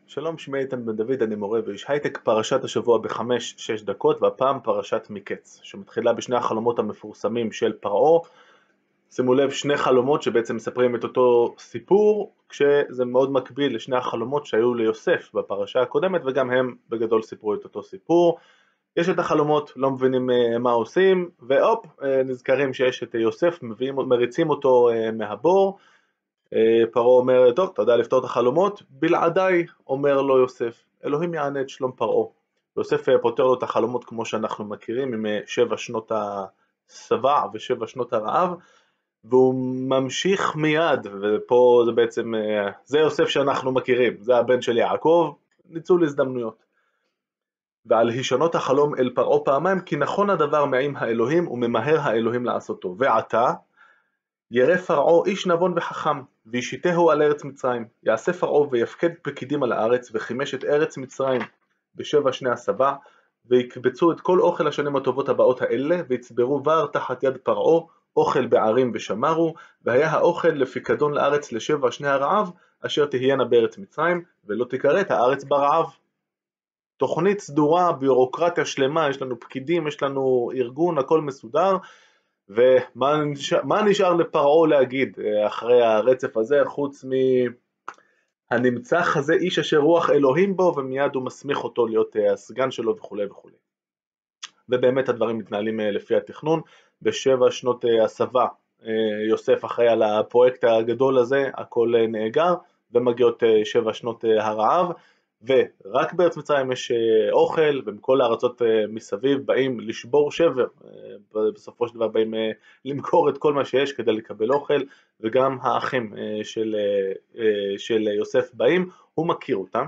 שלום, שמי איתן בן דוד, אני מורה ואיש הייטק. פרשת השבוע ב5-6 דקות, והפעם פרשת מקץ, שמתחילה בשני החלומות המפורסמים של פרעה. שימו לב, שני חלומות שבעצם מספרים את אותו סיפור, כשזה מאוד מקביל לשני החלומות שהיו ליוסף בפרשה הקודמת, וגם הם בגדול סיפרו את אותו סיפור. יש את החלומות, לא מבינים מה עושים, והופ, נזכרים שיש את יוסף, מריצים אותו מהבור. פרעה אומר, טוב, אתה יודע לפתור את החלומות? בלעדיי, אומר לו יוסף, אלוהים יענה את שלום פרעה. יוסף פותר לו את החלומות כמו שאנחנו מכירים, עם 7 שנות השבע ו7 שנות הרעב, והוא ממשיך מיד, ופה זה בעצם, זה יוסף שאנחנו מכירים, זה הבן של יעקב, ניצול הזדמנויות. ועל הישנות החלום אל פרעה פעמיים, כי נכון הדבר מעם האלוהים וממהר האלוהים לעשותו. ועתה, ירא פרעה איש נבון וחכם, וישיתהו על ארץ מצרים. יעשה פרעה ויפקד פקידים על הארץ, וחימש את ארץ מצרים ב7 שני השבע, ויקבצו את כל אוכל השנים הטובות הבאות האלה, ויצברו בר תחת יד פרעה, אוכל בערים ושמרו, והיה האוכל לפיקדון לארץ ל7 שני הרעב, אשר תהיינה בארץ מצרים, ולא תקראת הארץ ברעב. תוכנית סדורה, ביורוקרטיה שלמה, יש לנו פקידים, יש לנו ארגון, הכל מסודר. ומה נשאר לפרעה להגיד אחרי הרצף הזה, חוץ מהנמצח הזה, איש אשר רוח אלוהים בו, ומיד הוא מסמיך אותו להיות הסגן שלו וכו' וכו'. ובאמת הדברים מתנהלים לפי התכנון. ב7 שנות השבע יוסף אחראי על הפרויקט הגדול הזה, הכל נאגר, ומגיעות 7 שנות הרעב, ורק בארץ מצרים יש אוכל, ומכל הארצות מסביב באים לשבור שבר, בסופו של דבר באים למכור את כל מה שיש כדי לקבל אוכל, וגם האחים של יוסף באים, הוא מכיר אותם,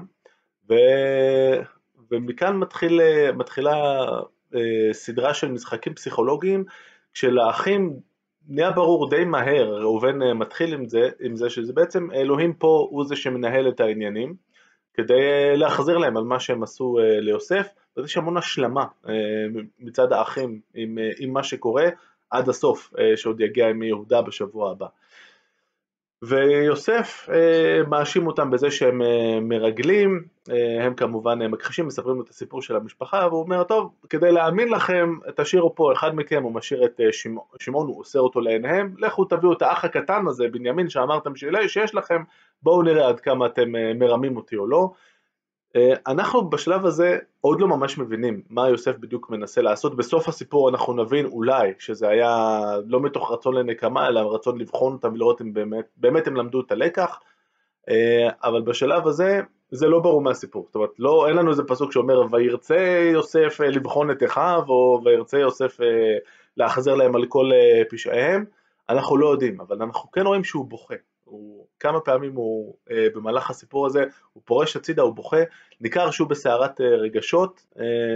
ומכאן מתחילה סדרה של משחקים פסיכולוגיים, כשלאחים נהיה ברור די מהר, ראובן מתחיל עם זה שזה בעצם אלוהים פה הוא זה שמנהל את העניינים, כדי להחזיר להם על מה שהם עשו ליוסף, ויש המון השלמה מצד האחים עם מה שקורה עד הסוף, שעוד יגיע עם יהודה בשבוע הבא. ויוסף מאשים אותם בזה שהם מרגלים, הם כמובן מכחישים, מספרים את הסיפור של המשפחה, והוא אומר, טוב, כדי להאמין לכם, תשאירו פה אחד מכם, הוא משאיר את שמעון, הוא עושה אותו לעיניהם, לכו תביאו את האח הקטן הזה, בנימין, שאמרתם שיש לכם, בואו נראה עד כמה אתם מרמים אותי או לא. אנחנו בשלב הזה עוד לא ממש מבינים מה יוסף בדיוק מנסה לעשות. בסוף הסיפור אנחנו נבין אולי שזה היה לא מתוך רצון לנקמה, אלא רצון לבחון אותם ולראות אם באמת הם למדו את הלקח, אבל בשלב הזה זה לא ברור מהסיפור. זאת אומרת, אין לנו איזה פסוק שאומר וירצה יוסף לבחון את אחיו, או וירצה יוסף להחזר להם על כל פשעיהם. אנחנו לא יודעים, אבל אנחנו כן רואים שהוא בוכה. כמה פעמים הוא במהלך הסיפור הזה, הוא פורש הצידה, הוא בוכה, ניכר שהוא בסערת רגשות,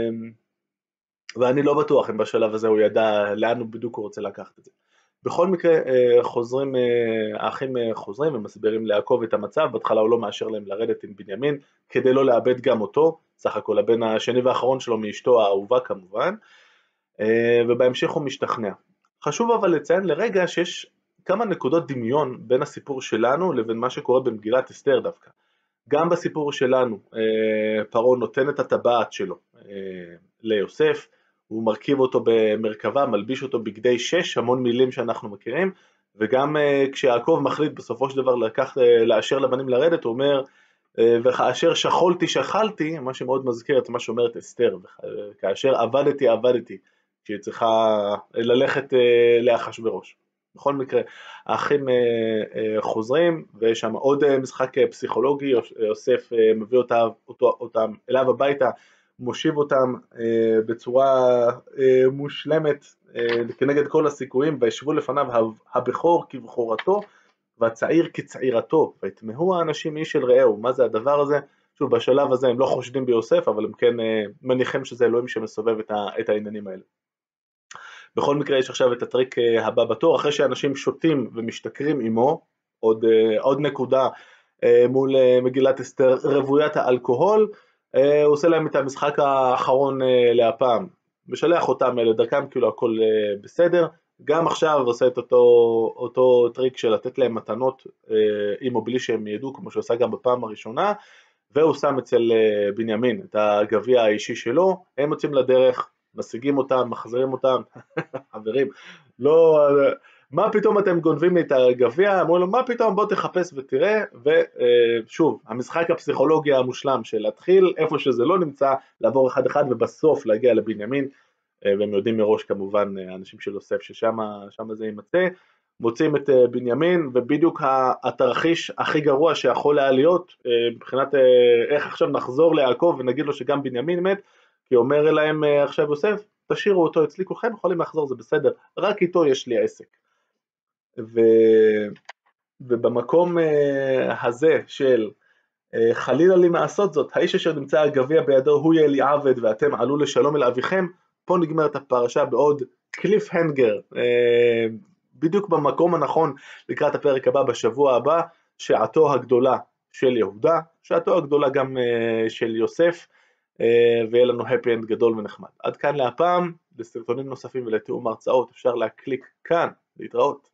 ואני לא בטוח אם בשלב הזה הוא ידע לאן הוא בדיוק הוא רוצה לקחת את זה. בכל מקרה האחים חוזרים ומסבירים ליעקב את המצב. בהתחלה הוא לא מאשר להם לרדת עם בנימין, כדי לא לאבד גם אותו, סך הכל הבן השני והאחרון שלו מאשתו האהובה כמובן, ובהמשך הוא משתכנע. חשוב אבל לציין לרגע שיש כמה נקודות דמיון בין הסיפור שלנו לבין מה שקורה במגילת אסתר דווקא. גם בסיפור שלנו פרעה נותן את הטבעת שלו ליוסף, הוא מרכיב אותו במרכבה, מלביש אותו בגדי 6, המון מילים שאנחנו מכירים, וגם כשיעקב מחליט בסופו של דבר לאשר לבנים לרדת, הוא אומר, וכאשר שכלתי שכלתי, מה שמאוד מזכיר את מה שאומרת אסתר, כאשר עבדתי, שהיא צריכה ללכת לאחשוורוש. בכל מקרה, האחים חוזרים, ויש שם עוד משחק פסיכולוגי, יוסף מביא אותם אליו הביתה, מושיב אותם בצורה מושלמת כנגד כל הסיכויים, וישבו לפניו הבכור כבכורתו, והצעיר כצעירתו, ויתמהו האנשים איש אל רעהו. מה זה הדבר הזה? שוב, בשלב הזה הם לא חושדים ביוסף, אבל הם כן מניחים שזה אלוהים שמסובב את העניינים האלה. בכל מקרה יש עכשיו את הטריק הבא בתור, אחרי שאנשים שותים ומשתכרים עמו, עוד נקודה מול מגילת אסתר רוויית האלכוהול, הוא עושה להם את המשחק האחרון להפעם, משלח אותם לדרכם כאילו הכל בסדר, גם עכשיו עושה את אותו טריק של לתת להם מתנות עם או בלי שהם ידעו, כמו שעושה גם בפעם הראשונה, והוא שם אצל בנימין את הגביע האישי שלו, הם יוצאים לדרך, משיגים אותם, מחזירים אותם, חברים, לא, מה פתאום אתם גונבים לי את הגביע, אמרו לו מה פתאום בוא תחפש ותראה, ושוב, המשחק הפסיכולוגי המושלם של להתחיל איפה שזה לא נמצא, לעבור אחד אחד ובסוף להגיע לבנימין, והם יודעים מראש כמובן, האנשים של יוסף ששם זה יימצא, מוצאים את בנימין, ובדיוק התרחיש הכי גרוע שיכול היה להיות, מבחינת איך עכשיו נחזור ליעקב ונגיד לו שגם בנימין מת, כי אומר להם עכשיו יוסף, תשאירו אותו אצלי, כולכם יכולים לחזור, זה בסדר, רק איתו יש לי עסק. ובמקום הזה של חלילה לי מעשות זאת, האיש אשר נמצא הגביע בידו הוא יהיה לי עבד ואתם עלו לשלום אל אביכם, פה נגמרת הפרשה בעוד קליף הנגר, בדיוק במקום הנכון לקראת הפרק הבא בשבוע הבא, שעתו הגדולה של יהודה, שעתו הגדולה גם של יוסף, ויהיה לנו הפי אנד גדול ונחמד. עד כאן להפעם, לסרטונים נוספים ולתיאום הרצאות אפשר להקליק כאן, להתראות.